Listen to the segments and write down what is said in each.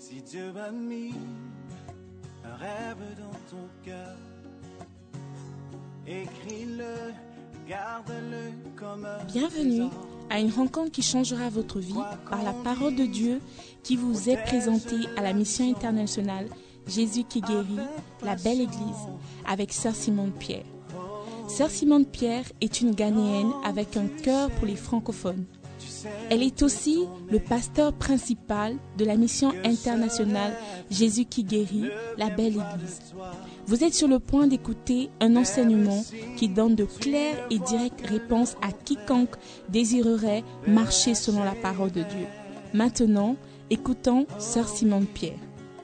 Si Dieu a mis un rêve dans ton cœur, écris-le, garde-le comme un Bienvenue à une rencontre qui changera votre vie par la parole de Dieu qui vous est présentée à la mission internationale Jésus qui guérit, la belle église, avec Sœur Simone Pierre. Sœur Simone Pierre est une Ghanéenne avec un cœur pour les francophones. Elle est aussi le pasteur principal de la mission internationale Jésus qui guérit, la belle église. Vous êtes sur le point d'écouter un enseignement qui donne de claires et directes réponses à quiconque désirerait marcher selon la parole de Dieu. Maintenant, écoutons Sœur Simone Pierre.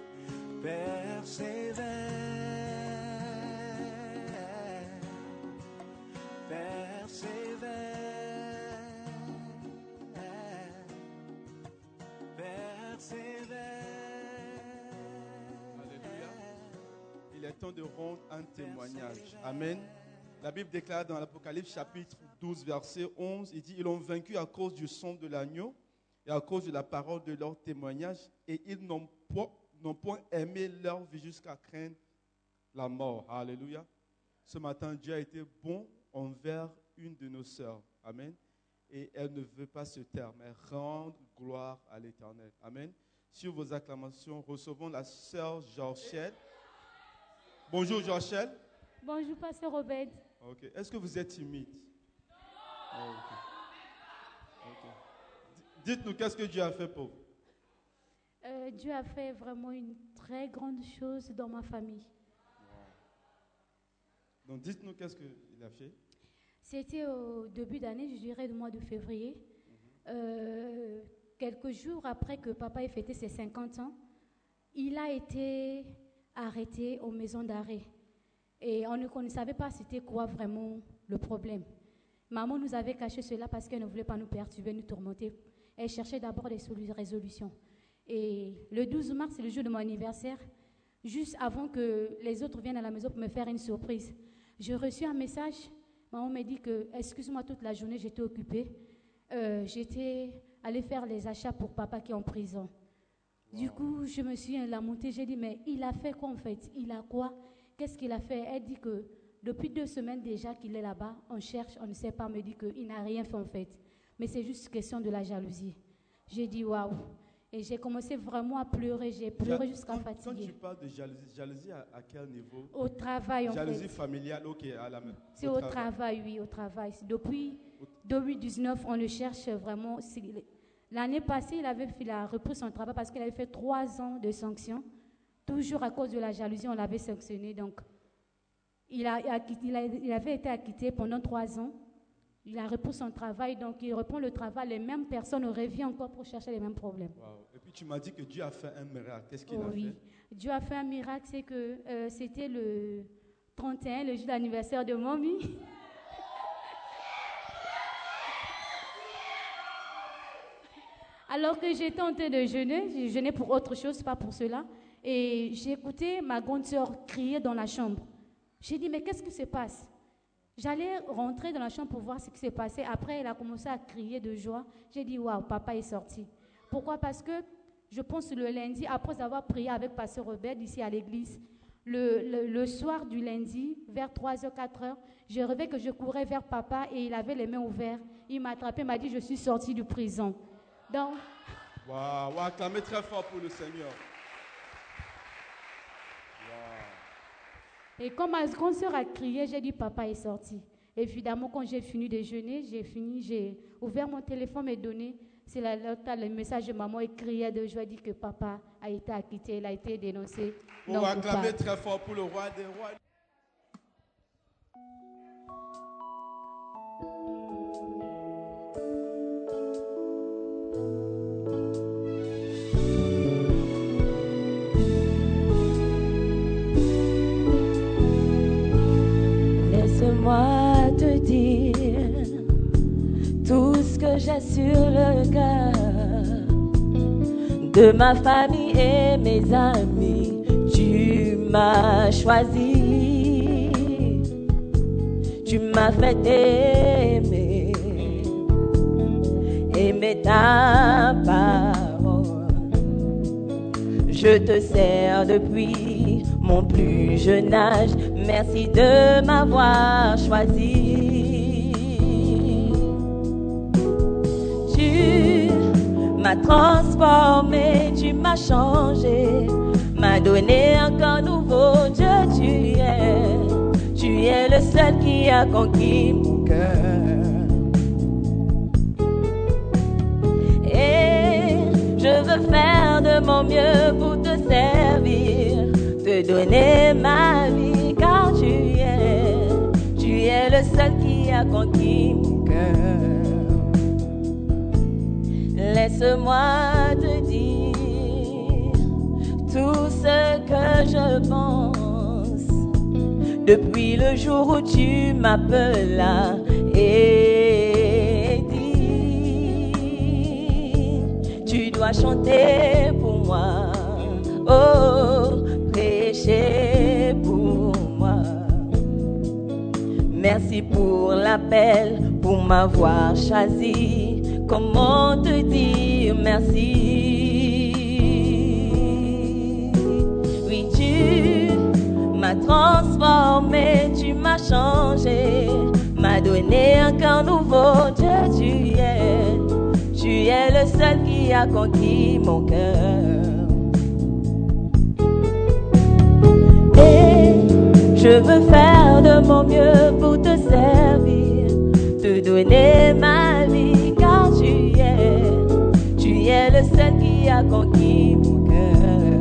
Temps de rendre un témoignage. Amen. La Bible déclare dans l'Apocalypse chapitre 12 verset 11, il dit, ils l'ont vaincu à cause du sang de l'agneau et à cause de la parole de leur témoignage, et ils n'ont point aimé leur vie jusqu'à craindre la mort. Alléluia. Ce matin, Dieu a été bon envers une de nos sœurs. Amen. Et elle ne veut pas se taire, mais rendre gloire à l'Éternel. Amen. Sur vos acclamations, recevons la sœur Georgette. Bonjour Joachel. Bonjour Pasteur Robert. Ok. Est-ce que vous êtes timide? Oh, okay. Dites-nous qu'est-ce que Dieu a fait pour vous? Dieu a fait vraiment une très grande chose dans ma famille. Wow. Donc dites-nous qu'est-ce qu'il a fait? C'était au début d'année, je dirais le mois de février. Quelques jours après que papa ait fêté ses 50 ans, il a été arrêté aux maisons d'arrêt. Et on ne savait pas c'était quoi vraiment le problème. Maman nous avait caché cela parce qu'elle ne voulait pas nous perturber, nous tourmenter. Elle cherchait d'abord des résolutions. Et le 12 mars, c'est le jour de mon anniversaire, juste avant que les autres viennent à la maison pour me faire une surprise. J'ai reçu un message. Maman m'a dit que, excuse-moi, toute la journée, j'étais occupée. J'étais allée faire les achats pour papa qui est en prison. Du coup, je me suis lamentée, j'ai dit, mais il a fait quoi en fait? Il a quoi? Qu'est-ce qu'il a fait? Elle dit que depuis 2 semaines déjà qu'il est là-bas, on cherche, on ne sait pas, on me dit qu'il n'a rien fait en fait. Mais c'est juste question de la jalousie. J'ai dit, waouh. Et j'ai commencé vraiment à pleurer, j'ai pleuré jusqu'à fatiguer. Quand tu parles de jalousie à quel niveau? Au travail en fait. Jalousie familiale, ok, à la main. C'est au travail, oui, au travail. Depuis 2019, on le cherche vraiment. L'année passée, il a repris son travail parce qu'il avait fait 3 ans de sanctions. Toujours à cause de la jalousie, on l'avait sanctionné. Donc, il avait été acquitté pendant 3 ans. Il a repris son travail, donc il reprend le travail. Les mêmes personnes reviennent encore pour chercher les mêmes problèmes. Wow. Et puis tu m'as dit que Dieu a fait un miracle. Qu'est-ce qu'il a fait? Oui, Dieu a fait un miracle, c'est que c'était le 31, le jour d'anniversaire de Mommy. Alors que j'étais en train de jeûner, j'ai jeûné pour autre chose, pas pour cela. Et j'ai écouté ma grande sœur crier dans la chambre. J'ai dit, mais qu'est-ce qui se passe? J'allais rentrer dans la chambre pour voir ce qui s'est passé. Après, elle a commencé à crier de joie. J'ai dit, waouh, papa est sorti. Pourquoi? Parce que je pense le lundi, après avoir prié avec Pasteur Robert ici à l'église, le soir du lundi, vers 3h, 4h, je rêvais que je courais vers papa et il avait les mains ouvertes. Il m'a attrapé, il m'a dit, je suis sortie de prison. Donc, wow, acclamez très fort pour le Seigneur. Wow. Et quand ma grande sœur a crié, j'ai dit papa est sorti. Évidemment, quand j'ai fini de jeûner, j'ai ouvert mon téléphone et donné. C'est le message de maman et criait de joie, dit que papa a été acquitté, il a été dénoncé. On va acclamer très fort pour le roi des rois. Laisse-moi te dire tout ce que j'ai sur le cœur. De ma famille et mes amis, tu m'as choisi. Tu m'as fait aimer, aimer ta parole. Je te sers depuis mon plus jeune âge. Merci de m'avoir choisi. Tu m'as transformé, tu m'as changé, m'as donné un corps nouveau. Dieu, tu es le seul qui a conquis mon cœur. Et je veux faire de mon mieux pour te servir, te donner ma vie, car tu es le seul qui a conquis mon cœur. Laisse-moi te dire tout ce que je pense depuis le jour où tu m'appellas et dis, tu dois chanter pour moi, oh, prêcher pour moi. Merci pour l'appel, pour m'avoir choisi. Comment te dire merci? Oui, tu m'as transformé, tu m'as changé, m'as donné un cœur nouveau. Dieu, tu es le seul qui a conquis mon cœur. Et je veux faire de mon mieux pour te servir, te donner ma vie. Tu es le seul qui a conquis mon cœur.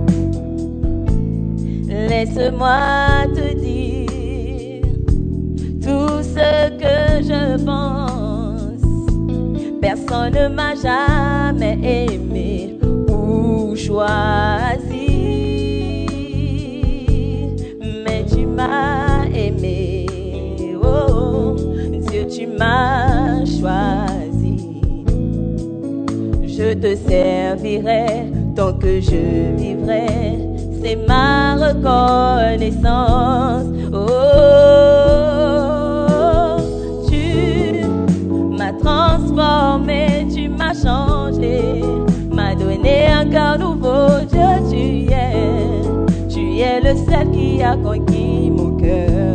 Laisse-moi te dire tout ce que je pense. Personne ne m'a jamais aimé ou choisi, mais tu m'as aimé, oh Dieu, tu m'as choisi. Je te servirai tant que je vivrai, c'est ma reconnaissance. Oh, tu m'as transformé, tu m'as changé, m'as donné un cœur nouveau. Dieu, tu es le seul qui a conquis mon cœur.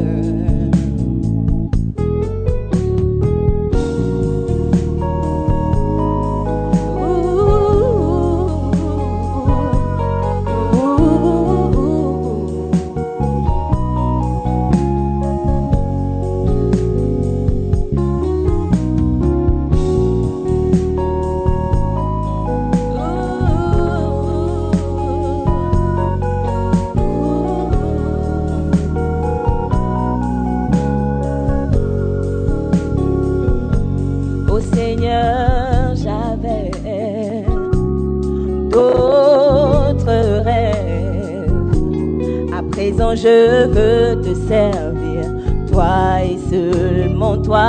Je veux te servir, toi et seulement toi,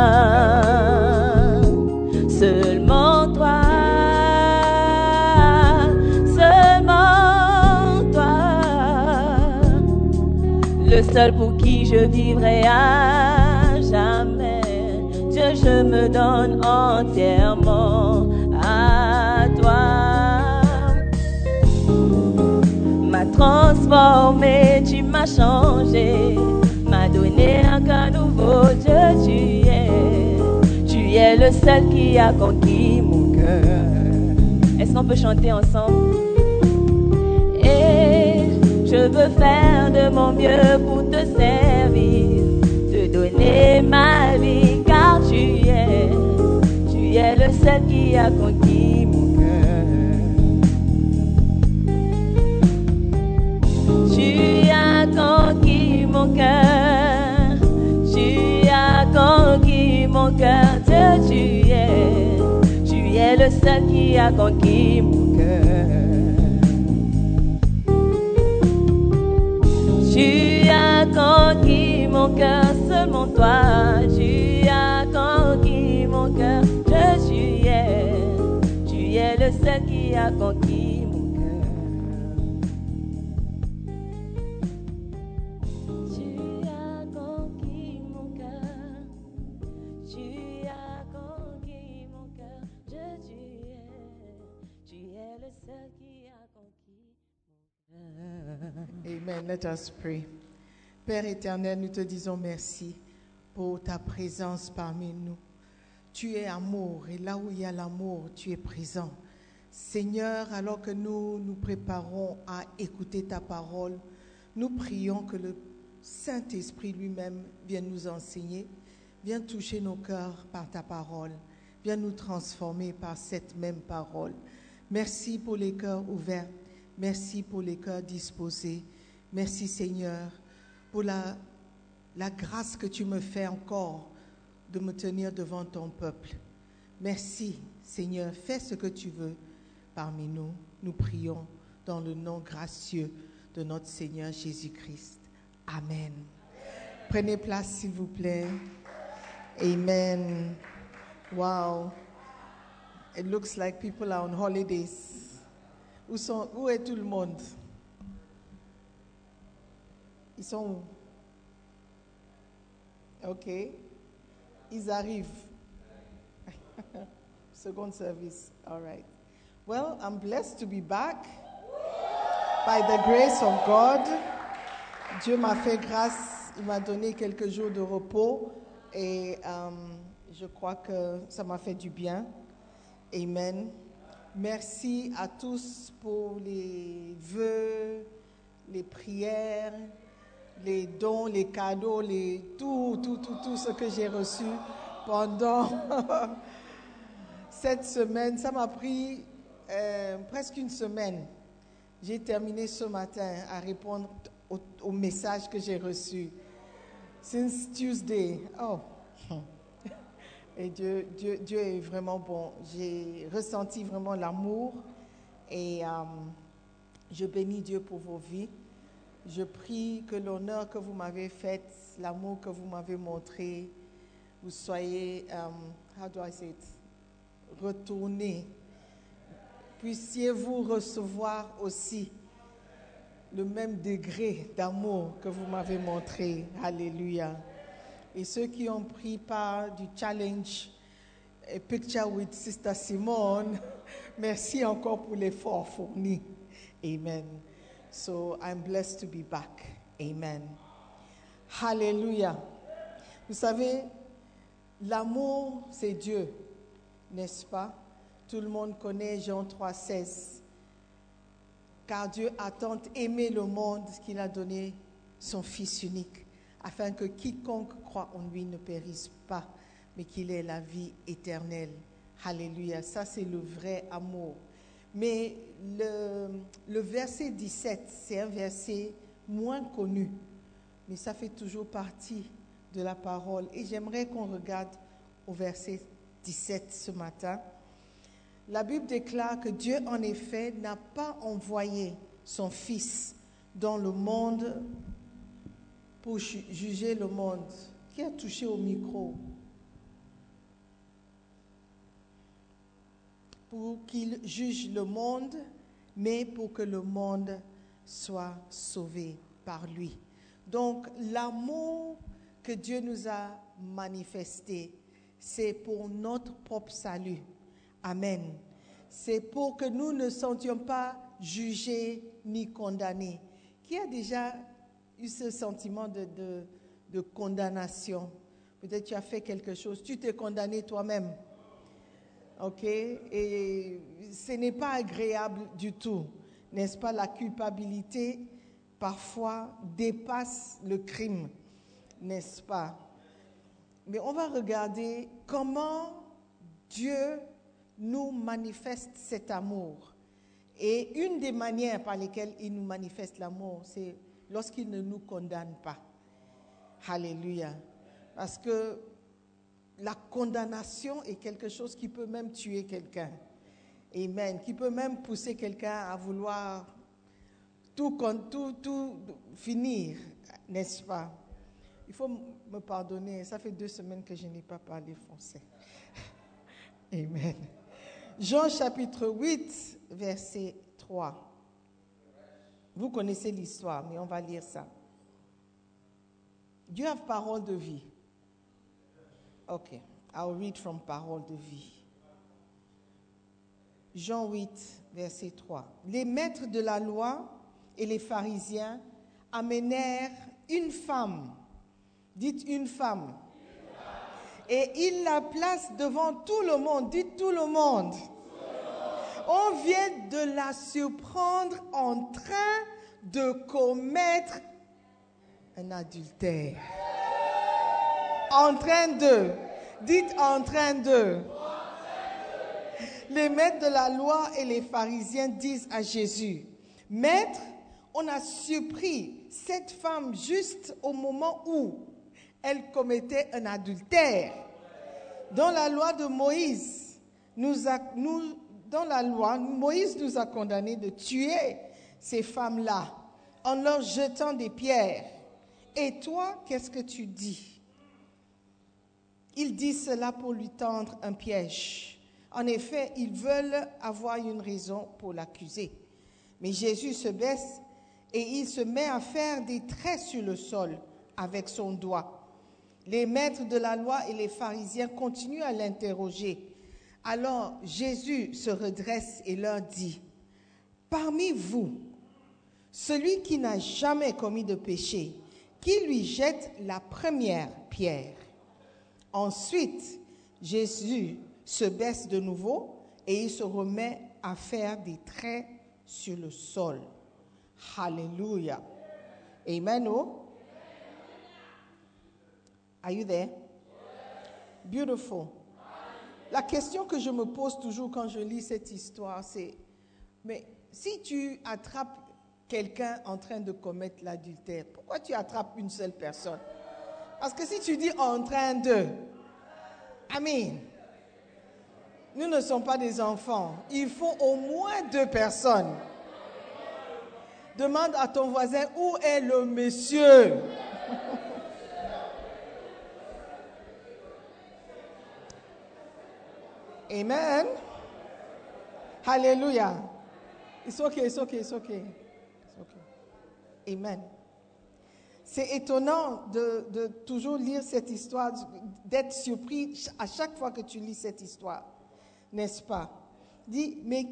seulement toi, seulement toi, le seul pour qui je vivrai à jamais. Dieu, je me donne entièrement à toi. Transformé, tu m'as changé, m'as donné un cœur nouveau. Dieu, tu es le seul qui a conquis mon cœur. Est-ce qu'on peut chanter ensemble? Et je veux faire de mon mieux pour te servir, te donner ma vie, car tu es le seul qui a conquis mon cœur. Tu as conquis mon cœur, tu as conquis mon cœur. Dieu, tu es le seul qui a conquis mon cœur. Tu as conquis mon cœur, seulement toi. Tu as conquis mon cœur. Tu es le seul qui a conquis mon cœur. Tu es le seul qui a conquis. Amen. Let us pray. Père éternel, nous te disons merci pour ta présence parmi nous. Tu es amour et là où il y a l'amour, tu es présent. Seigneur, alors que nous nous préparons à écouter ta parole, nous prions que le Saint-Esprit lui-même vienne nous enseigner, vienne toucher nos cœurs par ta parole, vienne nous transformer par cette même parole. Merci pour les cœurs ouverts, merci pour les cœurs disposés. Merci Seigneur pour la grâce que tu me fais encore de me tenir devant ton peuple. Merci Seigneur, fais ce que tu veux parmi nous. Nous prions dans le nom gracieux de notre Seigneur Jésus-Christ. Amen. Prenez place s'il vous plaît. Amen. Wow. It looks like people are on holidays. Où est tout le monde? Ils sont où? OK. Ils arrivent. Second service. All right. Well, I'm blessed to be back. By the grace of God. Dieu m'a fait grâce. Il m'a donné quelques jours de repos. Et je crois que ça m'a fait du bien. Amen. Merci à tous pour les vœux, les prières, les dons, les cadeaux, tout ce que j'ai reçu pendant cette semaine. Ça m'a pris presque une semaine. J'ai terminé ce matin à répondre aux messages que j'ai reçus. Since Tuesday. Oh. Et Dieu est vraiment bon. J'ai ressenti vraiment l'amour et je bénis Dieu pour vos vies. Je prie que l'honneur que vous m'avez fait, l'amour que vous m'avez montré, vous soyez, how do I say it, retournés. Puissiez-vous recevoir aussi le même degré d'amour que vous m'avez montré. Alléluia. Et ceux qui ont pris part du challenge A Picture with Sister Simone, merci encore pour l'effort fourni. Amen. So I'm blessed to be back. Amen. Hallelujah. Vous savez, l'amour, c'est Dieu, n'est-ce pas? Tout le monde connaît Jean 3,16. Car Dieu a tant aimé le monde qu'il a donné son Fils unique, afin que quiconque croit en lui ne périsse pas, mais qu'il ait la vie éternelle. Alléluia. Ça, c'est le vrai amour. Mais le verset 17, c'est un verset moins connu, mais ça fait toujours partie de la parole. Et j'aimerais qu'on regarde au verset 17 ce matin. La Bible déclare que Dieu, en effet, n'a pas envoyé son Fils dans le monde pour juger le monde. Qui a touché au micro? Pour qu'il juge le monde, mais pour que le monde soit sauvé par lui. Donc, l'amour que Dieu nous a manifesté, c'est pour notre propre salut. Amen. C'est pour que nous ne sentions pas jugés ni condamnés. Qui a déjà eu ce sentiment de condamnation? Peut-être tu as fait quelque chose, tu t'es condamné toi-même. OK? Et ce n'est pas agréable du tout. N'est-ce pas? La culpabilité, parfois, dépasse le crime. N'est-ce pas? Mais on va regarder comment Dieu nous manifeste cet amour. Et une des manières par lesquelles il nous manifeste l'amour, c'est lorsqu'il ne nous condamne pas. Alléluia. Parce que la condamnation est quelque chose qui peut même tuer quelqu'un. Amen. Qui peut même pousser quelqu'un à vouloir tout finir, n'est-ce pas? Il faut me pardonner. Ça fait 2 semaines que je n'ai pas parlé français. Amen. Jean chapitre 8, verset 3. Vous connaissez l'histoire, mais on va lire ça. Dieu a parole de vie. Okay, I'll read from Parole de vie. Jean 8, verset 3. Les maîtres de la loi et les pharisiens amenèrent une femme. Dites une femme. Et ils la placent devant tout le monde. Dites tout le monde. On vient de la surprendre en train de commettre un adultère. En train de. Dites en train de. Les maîtres de la loi et les pharisiens disent à Jésus, « Maître, on a surpris cette femme juste au moment où elle commettait un adultère. Dans la loi de Moïse, Moïse nous a condamnés de tuer ces femmes-là en leur jetant des pierres. Et toi, qu'est-ce que tu dis ?» Il dit cela pour lui tendre un piège. En effet, ils veulent avoir une raison pour l'accuser. Mais Jésus se baisse et il se met à faire des traits sur le sol avec son doigt. Les maîtres de la loi et les pharisiens continuent à l'interroger. Alors Jésus se redresse et leur dit, « Parmi vous, celui qui n'a jamais commis de péché, qui lui jette la première pierre. » Ensuite, Jésus se baisse de nouveau et il se remet à faire des traits sur le sol. Hallelujah. Amen. Oh? Are you there? Beautiful. La question que je me pose toujours quand je lis cette histoire, c'est, mais si tu attrapes quelqu'un en train de commettre l'adultère, pourquoi tu attrapes une seule personne? Parce que si tu dis en train de, Amen. Nous ne sommes pas des enfants. Il faut au moins 2 personnes. Demande à ton voisin, où est le monsieur? Amen. Hallelujah. It's okay, it's okay, it's okay. It's okay. Amen. C'est étonnant de toujours lire cette histoire, d'être surpris à chaque fois que tu lis cette histoire. N'est-ce pas? Dis, mais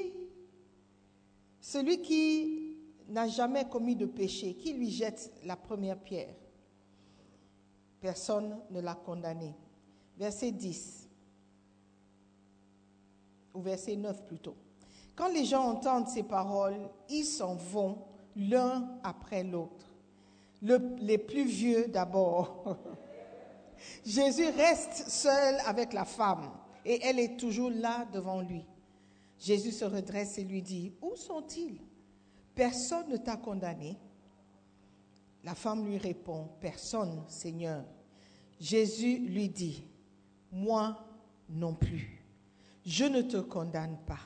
celui qui n'a jamais commis de péché, qui lui jette la première pierre? Personne ne l'a condamné. Verset 10, ou verset 9 plutôt. Quand les gens entendent ces paroles, ils s'en vont l'un après l'autre. Les plus vieux d'abord. Jésus reste seul avec la femme. Et elle est toujours là devant lui. Jésus se redresse et lui dit, « Où sont-ils? Personne ne t'a condamné. » La femme lui répond, « Personne, Seigneur. » Jésus lui dit, « Moi non plus. Je ne te condamne pas.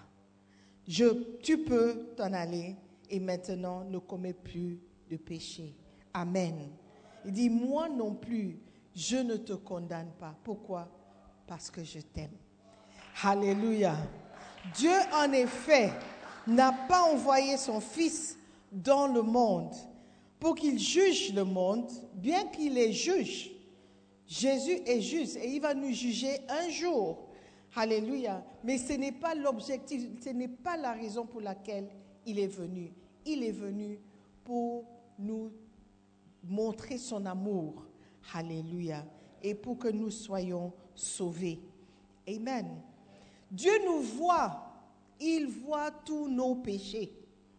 Tu peux t'en aller et maintenant ne commets plus de péché. » Amen. Il dit, « Moi non plus, je ne te condamne pas. » Pourquoi? Parce que je t'aime. Alléluia. Dieu, en effet, n'a pas envoyé son Fils dans le monde pour qu'il juge le monde, bien qu'il est juge. Jésus est juste et il va nous juger un jour. Alléluia. Mais ce n'est pas l'objectif, ce n'est pas la raison pour laquelle il est venu. Il est venu pour nous montrer son amour. Alléluia. Et pour que nous soyons sauvés. Amen. Dieu nous voit, il voit tous nos péchés.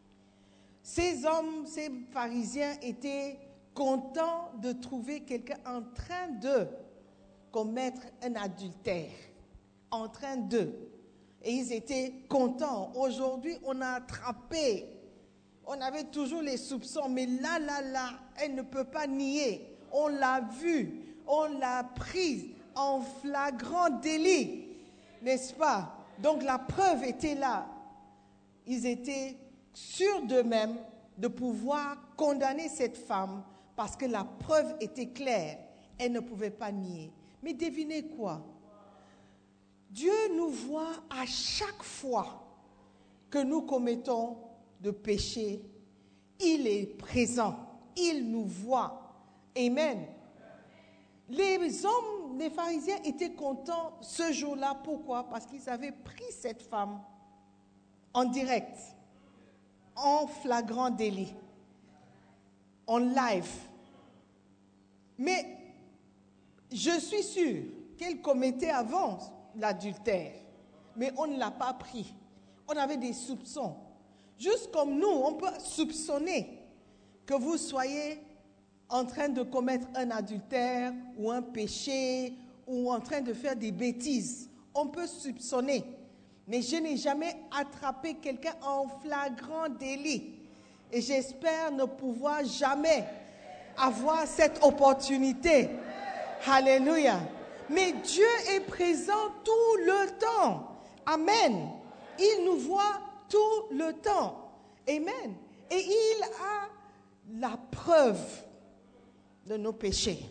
Ces hommes, ces pharisiens étaient contents de trouver quelqu'un en train de commettre un adultère. En train de. Et ils étaient contents. Aujourd'hui, on a attrapé. On avait toujours les soupçons, mais là, elle ne peut pas nier. On l'a vu, on l'a prise en flagrant délit. N'est-ce pas? Donc la preuve était là. Ils étaient sûrs d'eux-mêmes de pouvoir condamner cette femme parce que la preuve était claire. Elle ne pouvait pas nier. Mais devinez quoi? Dieu nous voit à chaque fois que nous commettons de péché. Il est présent. Il nous voit. Amen. Les pharisiens étaient contents ce jour-là. Pourquoi? Parce qu'ils avaient pris cette femme en direct. en flagrant délit, en live. Mais je suis sûre qu'elle commettait avant l'adultère, mais on ne l'a pas pris. On avait des soupçons. Juste comme nous, on peut soupçonner que vous soyez en train de commettre un adultère ou un péché ou en train de faire des bêtises. On peut soupçonner. Mais je n'ai jamais attrapé quelqu'un en flagrant délit. Et j'espère ne pouvoir jamais avoir cette opportunité. Alléluia. Mais Dieu est présent tout le temps. Amen. Il nous voit tout le temps. Amen. Et il a la preuve de nos péchés.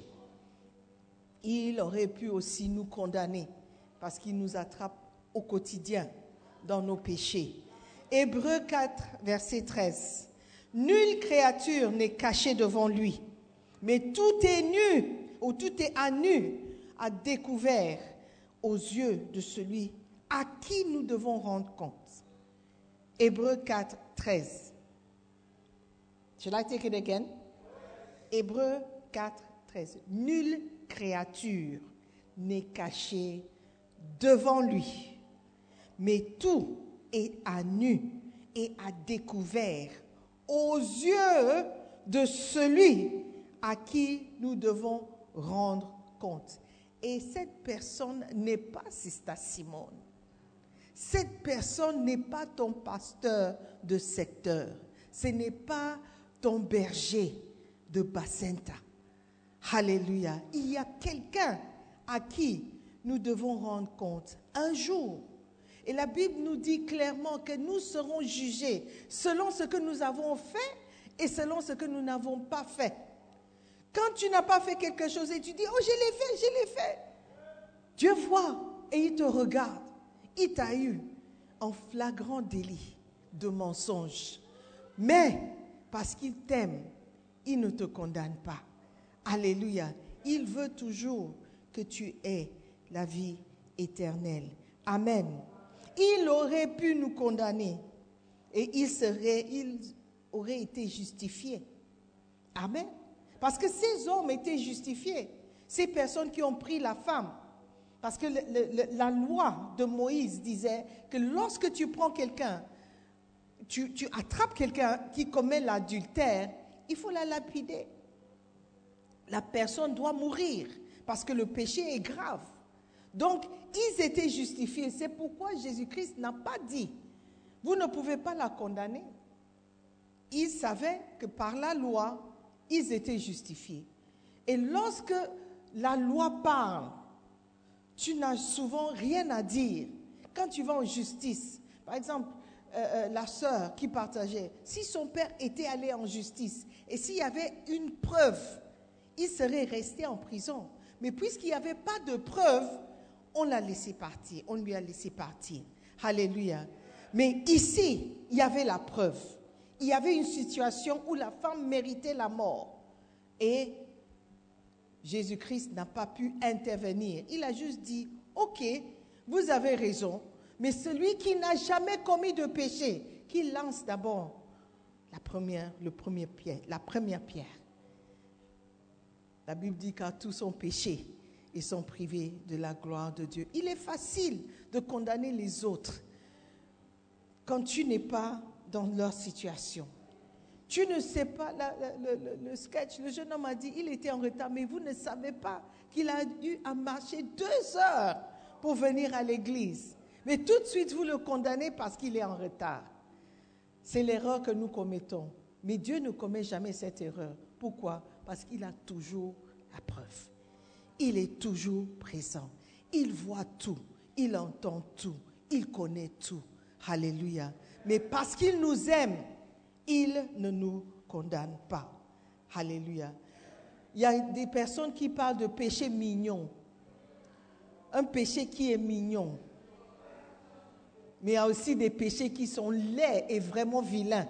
Il aurait pu aussi nous condamner parce qu'il nous attrape au quotidien dans nos péchés. Hébreux 4, verset 13. Nulle créature n'est cachée devant lui, mais tout est nu, ou tout est à nu, à découvert aux yeux de celui à qui nous devons rendre compte. Hébreux 4, 13. Shall I take it again? Hébreux 4, 13. Nulle créature n'est cachée devant lui, mais tout est à nu et à découvert aux yeux de celui à qui nous devons rendre compte. Et cette personne n'est pas Sister Simone. Cette personne n'est pas ton pasteur de secteur. Ce n'est pas ton berger de Bacenta. Alléluia. Il y a quelqu'un à qui nous devons rendre compte un jour. Et la Bible nous dit clairement que nous serons jugés selon ce que nous avons fait et selon ce que nous n'avons pas fait. Quand tu n'as pas fait quelque chose et tu dis « Oh, je l'ai fait », Dieu voit et il te regarde. Il t'a eu en flagrant délit de mensonge. Mais parce qu'il t'aime, il ne te condamne pas. Alléluia. Il veut toujours que tu aies la vie éternelle. Amen. Il aurait pu nous condamner et il aurait été justifié. Amen. Parce que ces hommes étaient justifiés. Ces personnes qui ont pris la femme. Parce que la loi de Moïse disait que lorsque tu prends quelqu'un, tu attrapes quelqu'un qui commet l'adultère, il faut la lapider. La personne doit mourir parce que le péché est grave. Donc, ils étaient justifiés. C'est pourquoi Jésus-Christ n'a pas dit, vous ne pouvez pas la condamner. Ils savaient que par la loi, ils étaient justifiés. Et lorsque la loi parle, tu n'as souvent rien à dire. Quand tu vas en justice, par exemple, la sœur qui partageait, si son père était allé en justice et s'il y avait une preuve, il serait resté en prison. Mais puisqu'il n'y avait pas de preuve, on l'a laissé partir, on lui a laissé partir. Alléluia. Mais ici, il y avait la preuve. Il y avait une situation où la femme méritait la mort. Et Jésus-Christ n'a pas pu intervenir. Il a juste dit, ok, vous avez raison, mais celui qui n'a jamais commis de péché, qu'il lance d'abord la première pierre. La Bible dit qu'à tous sont péchés et sont privés de la gloire de Dieu. Il est facile de condamner les autres quand tu n'es pas dans leur situation. Tu ne sais pas, le sketch, le jeune homme a dit, il était en retard, mais vous ne savez pas qu'il a eu à marcher 2 heures pour venir à l'église. Mais tout de suite, vous le condamnez parce qu'il est en retard. C'est l'erreur que nous commettons. Mais Dieu ne commet jamais cette erreur. Pourquoi? Parce qu'il a toujours la preuve. Il est toujours présent. Il voit tout. Il entend tout. Il connaît tout. Alléluia. Mais parce qu'il nous aime, il ne nous condamne pas. Alléluia. Il y a des personnes qui parlent de péché mignon. Un péché qui est mignon. Mais il y a aussi des péchés qui sont laids et vraiment vilains.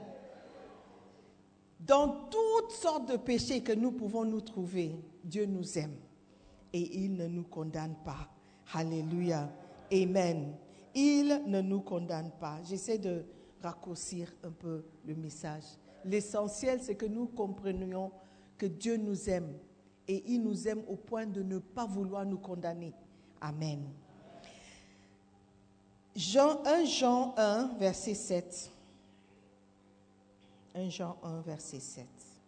Dans toutes sortes de péchés que nous pouvons nous trouver, Dieu nous aime. Et il ne nous condamne pas. Alléluia. Amen. Il ne nous condamne pas. J'essaie de raccourcir un peu le message. L'essentiel, c'est que nous comprenions que Dieu nous aime et il nous aime au point de ne pas vouloir nous condamner. Amen. 1 Jean 1, verset 7. 1 Jean 1, verset 7.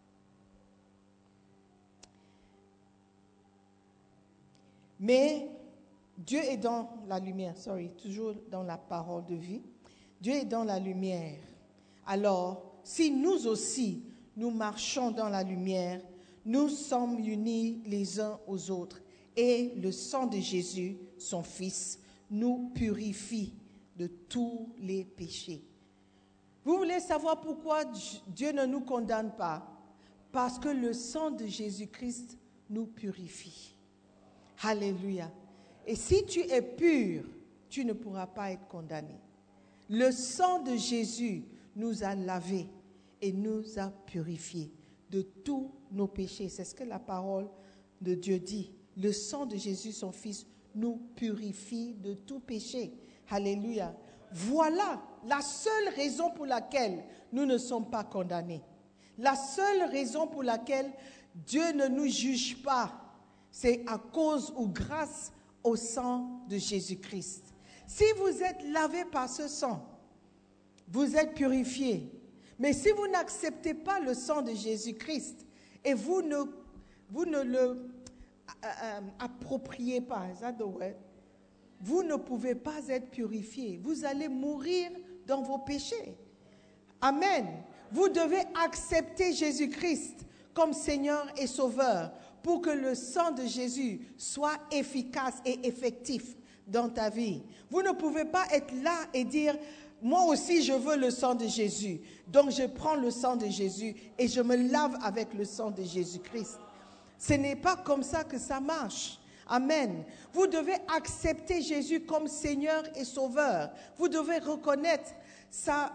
Mais Dieu est dans la lumière, toujours dans la parole de vie. Dieu est dans la lumière. Alors, si nous aussi, nous marchons dans la lumière, nous sommes unis les uns aux autres. Et le sang de Jésus, son Fils, nous purifie de tous les péchés. Vous voulez savoir pourquoi Dieu ne nous condamne pas? Parce que le sang de Jésus-Christ nous purifie. Alléluia. Et si tu es pur, tu ne pourras pas être condamné. Le sang de Jésus nous a lavés et nous a purifiés de tous nos péchés. C'est ce que la parole de Dieu dit. Le sang de Jésus, son Fils, nous purifie de tout péché. Alléluia. Voilà la seule raison pour laquelle nous ne sommes pas condamnés. La seule raison pour laquelle Dieu ne nous juge pas, c'est à cause ou grâce au sang de Jésus-Christ. Si vous êtes lavé par ce sang, vous êtes purifiés. Mais si vous n'acceptez pas le sang de Jésus-Christ et vous ne le appropriez pas, vous ne pouvez pas être purifiés. Vous allez mourir dans vos péchés. Amen. Vous devez accepter Jésus-Christ comme Seigneur et Sauveur pour que le sang de Jésus soit efficace et effectif dans ta vie. Vous ne pouvez pas être là et dire, moi aussi je veux le sang de Jésus. Donc je prends le sang de Jésus et je me lave avec le sang de Jésus-Christ. Ce n'est pas comme ça que ça marche. Amen. Vous devez accepter Jésus comme Seigneur et Sauveur. Vous devez reconnaître sa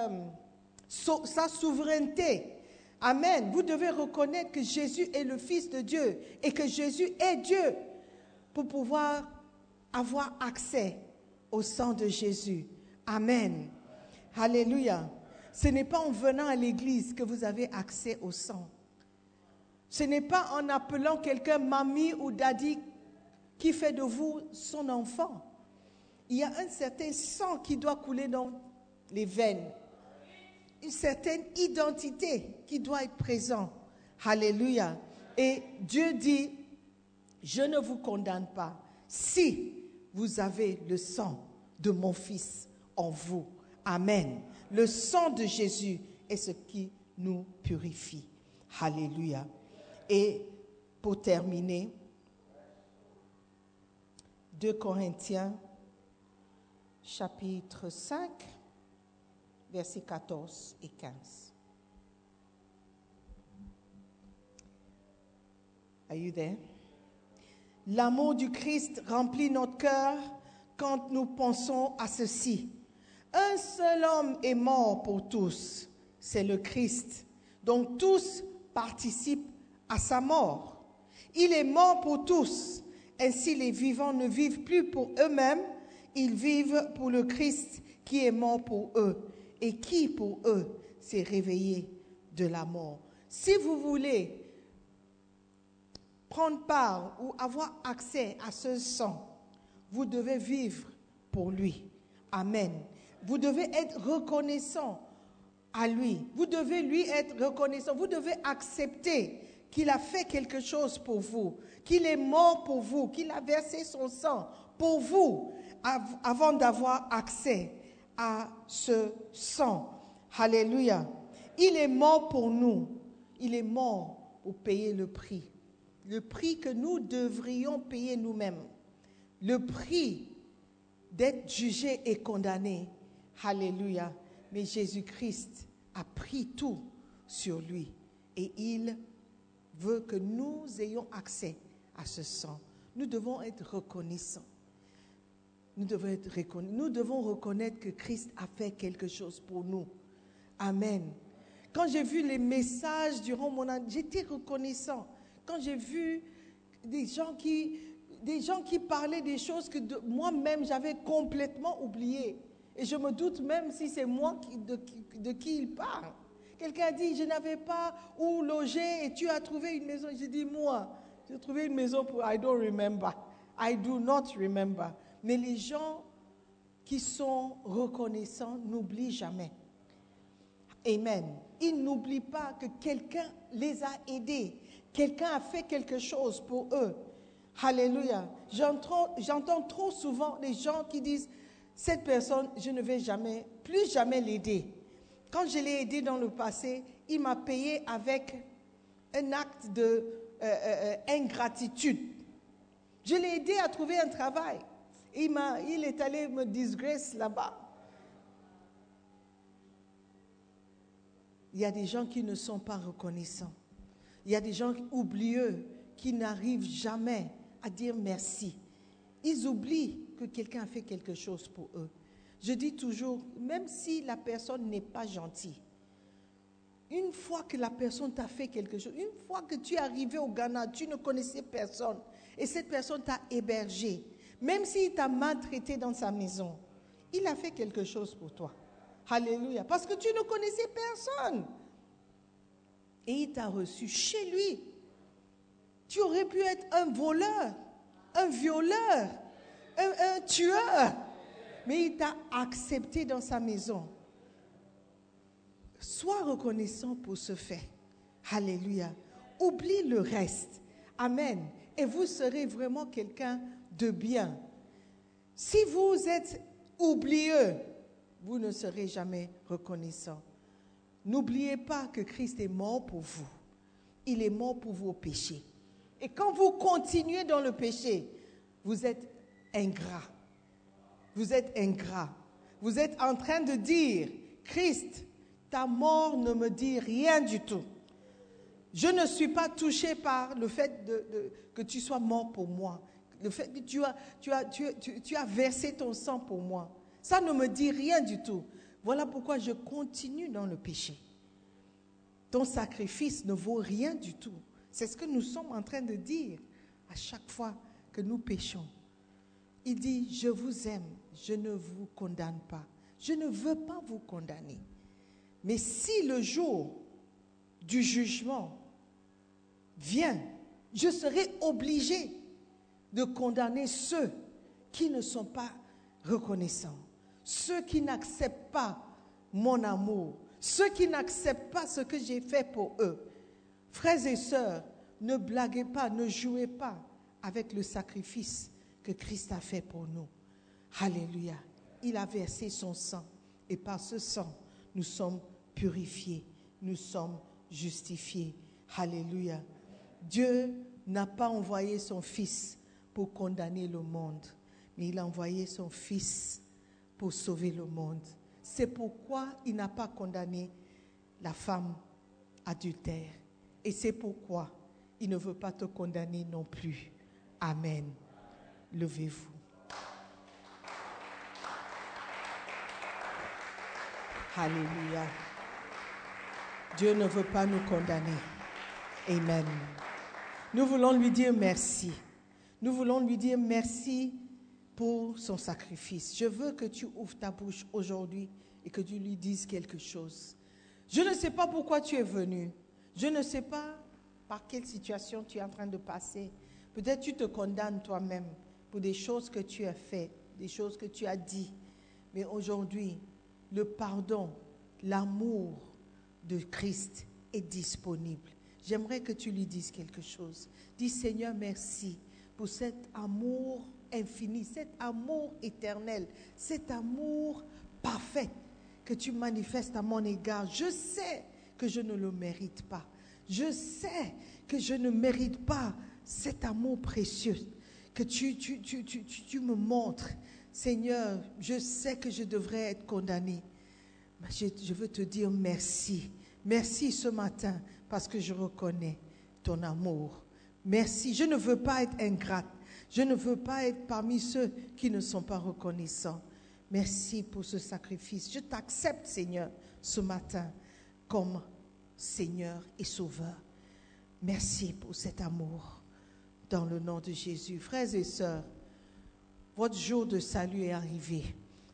souveraineté. Amen. Vous devez reconnaître que Jésus est le Fils de Dieu et que Jésus est Dieu pour pouvoir avoir accès au sang de Jésus. Amen. Alléluia. Ce n'est pas en venant à l'église que vous avez accès au sang. Ce n'est pas en appelant quelqu'un mamie ou daddy qui fait de vous son enfant. Il y a un certain sang qui doit couler dans les veines. Une certaine identité qui doit être présente. Alléluia. Et Dieu dit, je ne vous condamne pas si vous avez le sang de mon Fils en vous. Amen. Le sang de Jésus est ce qui nous purifie. Alléluia. Et pour terminer, 2 Corinthiens, chapitre 5, versets 14 et 15. Are you there? L'amour du Christ remplit notre cœur quand nous pensons à ceci. Un seul homme est mort pour tous, c'est le Christ. Donc tous participent à sa mort. Il est mort pour tous. Ainsi les vivants ne vivent plus pour eux-mêmes, ils vivent pour le Christ qui est mort pour eux et qui pour eux s'est réveillé de la mort. Si vous voulez prendre part ou avoir accès à ce sang, vous devez vivre pour lui. Amen. Vous devez être reconnaissant à lui. Vous devez lui être reconnaissant. Vous devez accepter qu'il a fait quelque chose pour vous, qu'il est mort pour vous, qu'il a versé son sang pour vous avant d'avoir accès à ce sang. Alléluia. Il est mort pour nous. Il est mort pour payer le prix. Le prix que nous devrions payer nous-mêmes. Le prix d'être jugé et condamné. Alléluia. Mais Jésus-Christ a pris tout sur lui. Et il veut que nous ayons accès à ce sang. Nous devons être reconnaissants. Nous devons reconnaître que Christ a fait quelque chose pour nous. Amen. Quand j'ai vu les messages durant mon année, j'étais reconnaissant. Quand j'ai vu des gens qui parlaient des choses que moi-même j'avais complètement oubliées. Et je me doute même si c'est moi de qui il parle. Quelqu'un a dit, je n'avais pas où loger et tu as trouvé une maison. J'ai dit, moi, j'ai trouvé une maison pour I don't remember. I do not remember. Mais les gens qui sont reconnaissants n'oublient jamais. Amen. Ils n'oublient pas que quelqu'un les a aidés. Quelqu'un a fait quelque chose pour eux. Alléluia. J'entends trop souvent les gens qui disent, cette personne, je ne vais plus jamais l'aider. Quand je l'ai aidé dans le passé, il m'a payé avec un acte d'ingratitude. Je l'ai aidé à trouver un travail. Il est allé me disgrace là-bas. Il y a des gens qui ne sont pas reconnaissants. Il y a des gens oublieux qui n'arrivent jamais à dire merci. Ils oublient que quelqu'un a fait quelque chose pour eux. Je dis toujours, même si la personne n'est pas gentille, une fois que la personne t'a fait quelque chose, une fois que tu es arrivé au Ghana, tu ne connaissais personne et cette personne t'a hébergé, même s'il t'a maltraité dans sa maison, il a fait quelque chose pour toi. Alléluia. Parce que tu ne connaissais personne. Et il t'a reçu chez lui. Tu aurais pu être un voleur, un violeur, un tueur. Mais il t'a accepté dans sa maison. Sois reconnaissant pour ce fait. Alléluia. Oublie le reste. Amen. Et vous serez vraiment quelqu'un de bien. Si vous êtes oublieux, vous ne serez jamais reconnaissant. N'oubliez pas que Christ est mort pour vous. Il est mort pour vos péchés. Et quand vous continuez dans le péché, vous êtes ingrat. Vous êtes ingrat. Vous êtes en train de dire, Christ, ta mort ne me dit rien du tout. Je ne suis pas touché par le fait que tu sois mort pour moi. Le fait que tu as versé ton sang pour moi. Ça ne me dit rien du tout. Voilà pourquoi je continue dans le péché. Ton sacrifice ne vaut rien du tout. C'est ce que nous sommes en train de dire à chaque fois que nous péchons. Il dit, je vous aime, je ne vous condamne pas. Je ne veux pas vous condamner. Mais si le jour du jugement vient, je serai obligé de condamner ceux qui ne sont pas reconnaissants, ceux qui n'acceptent pas mon amour, ceux qui n'acceptent pas ce que j'ai fait pour eux. Frères et sœurs, ne blaguez pas, ne jouez pas avec le sacrifice que Christ a fait pour nous. Alléluia. Il a versé son sang et par ce sang, nous sommes purifiés, nous sommes justifiés. Alléluia. Dieu n'a pas envoyé son Fils pour condamner le monde, mais il a envoyé son Fils pour sauver le monde. C'est pourquoi il n'a pas condamné la femme adultère. Et c'est pourquoi il ne veut pas te condamner non plus. Amen. Levez-vous. Alléluia. Dieu ne veut pas nous condamner. Amen. Nous voulons lui dire merci. Nous voulons lui dire merci pour son sacrifice. Je veux que tu ouvres ta bouche aujourd'hui et que tu lui dises quelque chose. Je ne sais pas pourquoi tu es venu. Je ne sais pas par quelle situation tu es en train de passer. Peut-être tu te condamnes toi-même pour des choses que tu as faites, des choses que tu as dit. Mais aujourd'hui, le pardon, l'amour de Christ est disponible. J'aimerais que tu lui dises quelque chose. Dis, Seigneur, merci pour cet amour infini, cet amour éternel, cet amour parfait que tu manifestes à mon égard. Je sais que je ne le mérite pas. Je sais que je ne mérite pas cet amour précieux que tu me montres. Seigneur, je sais que je devrais être condamné. Mais je veux te dire merci. Merci ce matin parce que je reconnais ton amour. Merci. Je ne veux pas être ingrate. Je ne veux pas être parmi ceux qui ne sont pas reconnaissants. Merci pour ce sacrifice. Je t'accepte, Seigneur, ce matin comme Seigneur et Sauveur. Merci pour cet amour. Dans le nom de Jésus. Frères et sœurs, votre jour de salut est arrivé.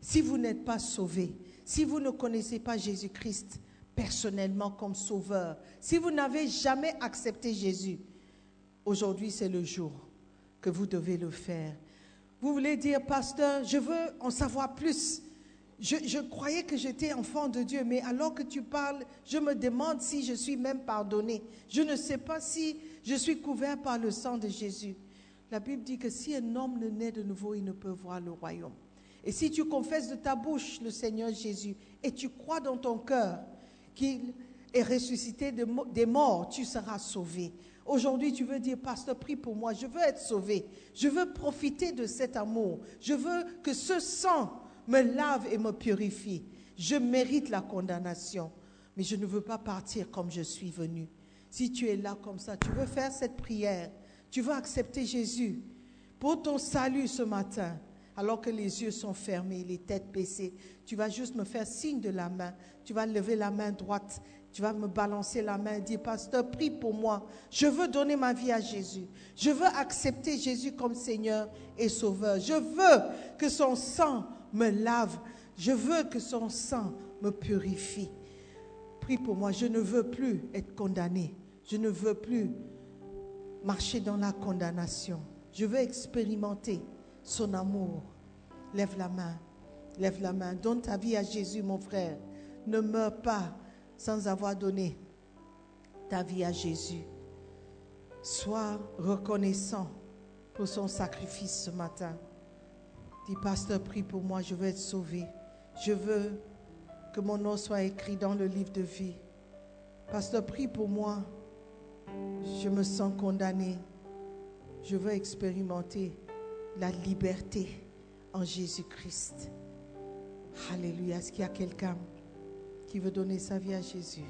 Si vous n'êtes pas sauvé, si vous ne connaissez pas Jésus-Christ personnellement comme sauveur, si vous n'avez jamais accepté Jésus, aujourd'hui c'est le jour que vous devez le faire. Vous voulez dire, pasteur, je veux en savoir plus. Je croyais que j'étais enfant de Dieu, mais alors que tu parles, je me demande si je suis même pardonné. Je ne sais pas si je suis couvert par le sang de Jésus. La Bible dit que si un homme ne naît de nouveau, il ne peut voir le royaume. Et si tu confesses de ta bouche le Seigneur Jésus et tu crois dans ton cœur qu'il est ressuscité des morts, tu seras sauvé. Aujourd'hui, tu veux dire, pasteur, prie pour moi, je veux être sauvé. Je veux profiter de cet amour. Je veux que ce sang me lave et me purifie. Je mérite la condamnation, mais je ne veux pas partir comme je suis venu. Si tu es là comme ça, tu veux faire cette prière, tu veux accepter Jésus pour ton salut ce matin, alors que les yeux sont fermés, les têtes baissées, tu vas juste me faire signe de la main. Tu vas lever la main droite, tu vas me balancer la main et dire, pasteur, prie pour moi. Je veux donner ma vie à Jésus. Je veux accepter Jésus comme Seigneur et Sauveur. Je veux que son sang me lave. Je veux que son sang me purifie. Prie pour moi. Je ne veux plus être condamné. Je ne veux plus marcher dans la condamnation. Je veux expérimenter son amour. Lève la main. Lève la main. Donne ta vie à Jésus, mon frère. Ne meurs pas sans avoir donné ta vie à Jésus. Sois reconnaissant pour son sacrifice ce matin. Dis, pasteur, prie pour moi, je veux être sauvé. Je veux que mon nom soit écrit dans le livre de vie. Pasteur, prie pour moi. Je me sens condamné. Je veux expérimenter la liberté en Jésus-Christ. Alléluia. Est-ce qu'il y a quelqu'un qui veut donner sa vie à Jésus?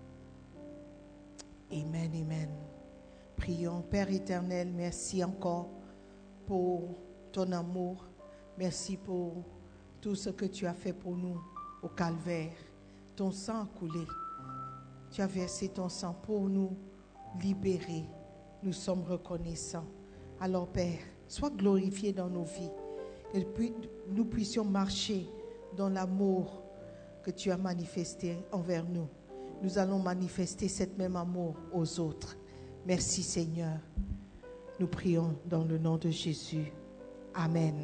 Amen, amen. Prions. Père éternel, merci encore pour ton amour. Merci pour tout ce que tu as fait pour nous au calvaire. Ton sang a coulé. Tu as versé ton sang pour nous libérer. Nous sommes reconnaissants. Alors Père, sois glorifié dans nos vies. Que nous puissions marcher dans l'amour que tu as manifesté envers nous. Nous allons manifester cet même amour aux autres. Merci Seigneur. Nous prions dans le nom de Jésus. Amen.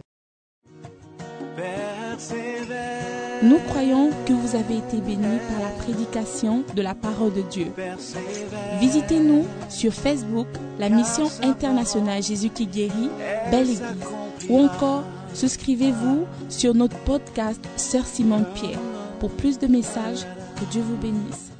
Nous croyons que vous avez été bénis par la prédication de la parole de Dieu. Visitez-nous sur Facebook, la Mission Internationale Jésus qui guérit, Belle Église. Ou encore, souscrivez-vous sur notre podcast Sœur Simone Pierre. Pour plus de messages, que Dieu vous bénisse.